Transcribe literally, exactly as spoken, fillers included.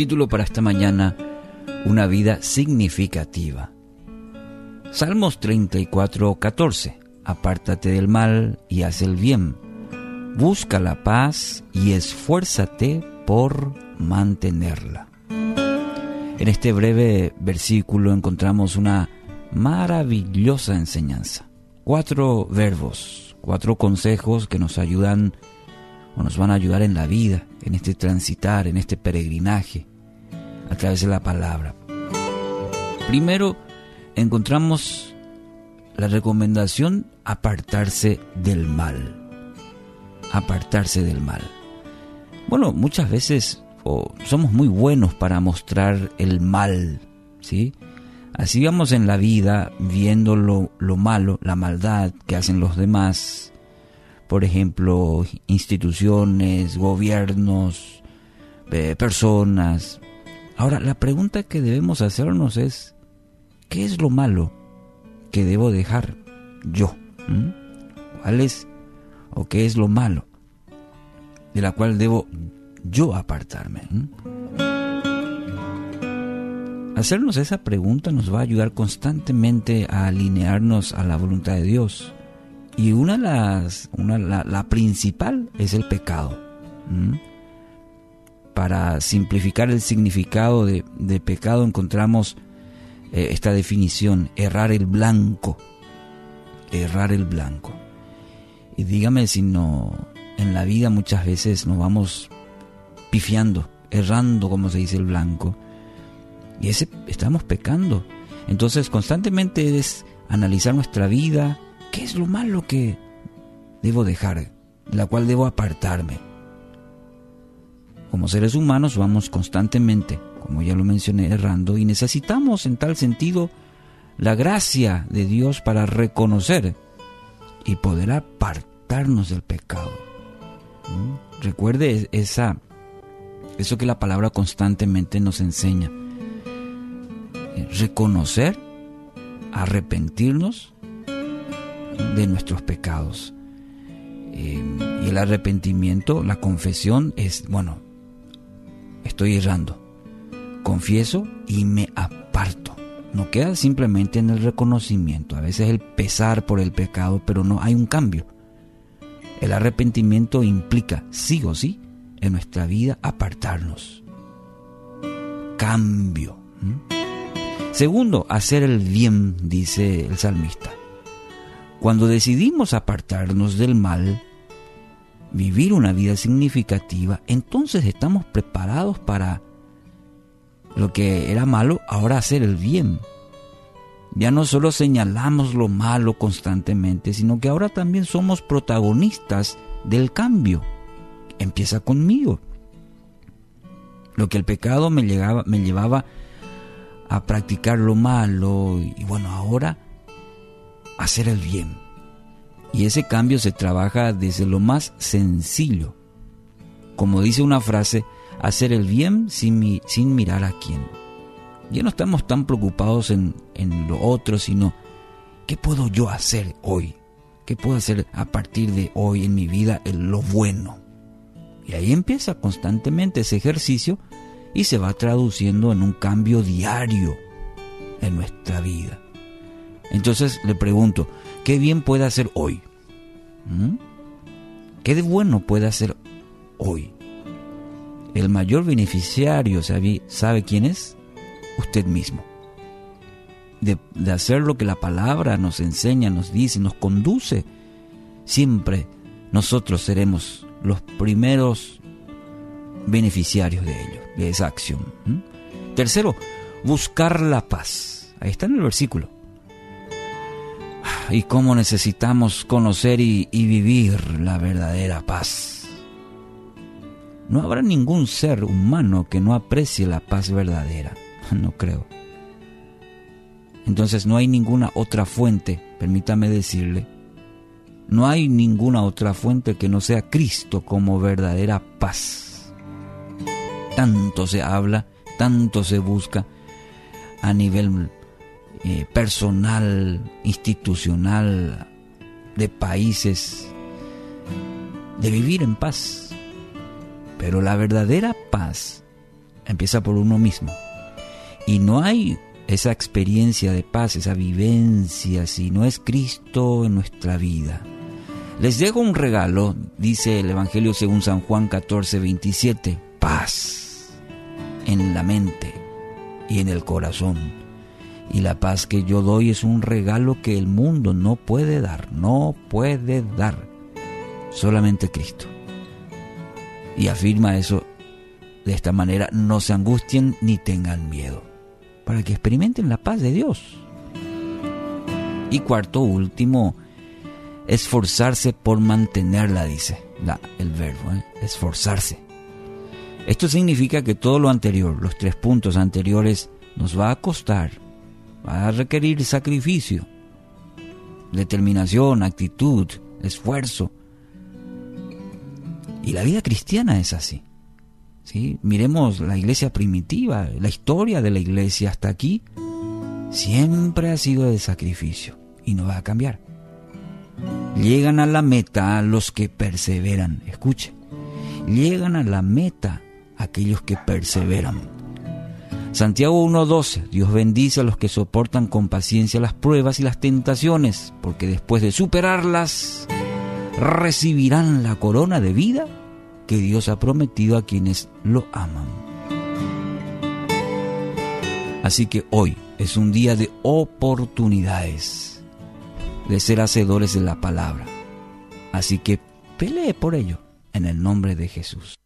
título para esta mañana, una vida significativa. Salmos treinta y cuatro, catorce. Apártate del mal y haz el bien. Busca la paz y esfuérzate por mantenerla. En este breve versículo encontramos una maravillosa enseñanza. Cuatro verbos, cuatro consejos que nos ayudan o nos van a ayudar en la vida, en este transitar, en este peregrinaje, a través de la palabra. Primero, encontramos la recomendación apartarse del mal. Apartarse del mal. Bueno, muchas veces oh, somos muy buenos para mostrar el mal, ¿sí? Así vamos en la vida viendo lo, lo malo, la maldad que hacen los demás. Por ejemplo, instituciones, gobiernos, eh, personas. Ahora, la pregunta que debemos hacernos es, ¿qué es lo malo que debo dejar yo? ¿Mm? ¿Cuál es o qué es lo malo de la cual debo yo apartarme? ¿Mm? Hacernos esa pregunta nos va a ayudar constantemente a alinearnos a la voluntad de Dios. Y una de las, una, la, la principal es el pecado. ¿Mm? Para simplificar el significado de, de pecado encontramos eh, esta definición: errar el blanco. Errar el blanco. Y dígame si no, en la vida muchas veces nos vamos pifiando, errando, como se dice, el blanco. Y ese estamos pecando. Entonces constantemente es analizar nuestra vida. ¿Qué es lo malo que debo dejar, de la cual debo apartarme? Como seres humanos vamos constantemente, como ya lo mencioné, errando, y necesitamos en tal sentido la gracia de Dios para reconocer y poder apartarnos del pecado. ¿Mm? Recuerde esa, eso que la palabra constantemente nos enseña. Reconocer, arrepentirnos de nuestros pecados. Eh, y el arrepentimiento, la confesión es, bueno, estoy errando. Confieso y me aparto. No queda simplemente en el reconocimiento. A veces el pesar por el pecado, pero no hay un cambio. El arrepentimiento implica, sí o sí, en nuestra vida apartarnos. Cambio. ¿Mm? Segundo, hacer el bien, dice el salmista. Cuando decidimos apartarnos del mal, vivir una vida significativa, entonces estamos preparados para lo que era malo, ahora hacer el bien. Ya no solo señalamos lo malo constantemente, sino que ahora también somos protagonistas del cambio. Empieza conmigo. Lo que el pecado me, llegaba, me llevaba a practicar lo malo, y bueno, ahora hacer el bien. Y ese cambio se trabaja desde lo más sencillo. Como dice una frase, hacer el bien sin, mi, sin mirar a quién. Ya no estamos tan preocupados en, en lo otro, sino ¿qué puedo yo hacer hoy? ¿Qué puedo hacer a partir de hoy en mi vida en lo bueno? Y ahí empieza constantemente ese ejercicio y se va traduciendo en un cambio diario en nuestra vida. Entonces le pregunto, ¿qué bien puede hacer hoy? ¿Mm? ¿Qué de bueno puede hacer hoy? El mayor beneficiario, ¿sabe, sabe quién es? Usted mismo. De, de hacer lo que la palabra nos enseña, nos dice, nos conduce. Siempre nosotros seremos los primeros beneficiarios de ello, de esa acción. ¿Mm? Tercero, buscar la paz. Ahí está en el versículo. Y cómo necesitamos conocer y, y vivir la verdadera paz. No habrá ningún ser humano que no aprecie la paz verdadera. No creo. Entonces no hay ninguna otra fuente, permítame decirle, no hay ninguna otra fuente que no sea Cristo como verdadera paz. Tanto se habla, tanto se busca a nivel eh, personal, institucional, de países, de vivir en paz. Pero la verdadera paz empieza por uno mismo. Y no hay esa experiencia de paz, esa vivencia, si no es Cristo en nuestra vida. Les dejo un regalo, dice el Evangelio según San Juan catorce, veintisiete. Paz en la mente y en el corazón. Y la paz que yo doy es un regalo que el mundo no puede dar, no puede dar. Solamente Cristo. Y afirma eso de esta manera: no se angustien ni tengan miedo, para que experimenten la paz de Dios. Y cuarto, último, esforzarse por mantenerla, dice la, el verbo, ¿eh? esforzarse. Esto significa que todo lo anterior, los tres puntos anteriores, nos va a costar, va a requerir sacrificio, determinación, actitud, esfuerzo. Y la vida cristiana es así. ¿Sí? Miremos la iglesia primitiva, la historia de la iglesia hasta aquí, siempre ha sido de sacrificio y no va a cambiar. Llegan a la meta los que perseveran. Escuche, llegan a la meta aquellos que perseveran. Santiago uno doce, Dios bendice a los que soportan con paciencia las pruebas y las tentaciones, porque después de superarlas, recibirán la corona de vida que Dios ha prometido a quienes lo aman. Así que hoy es un día de oportunidades, de ser hacedores de la palabra. Así que pelee por ello en el nombre de Jesús.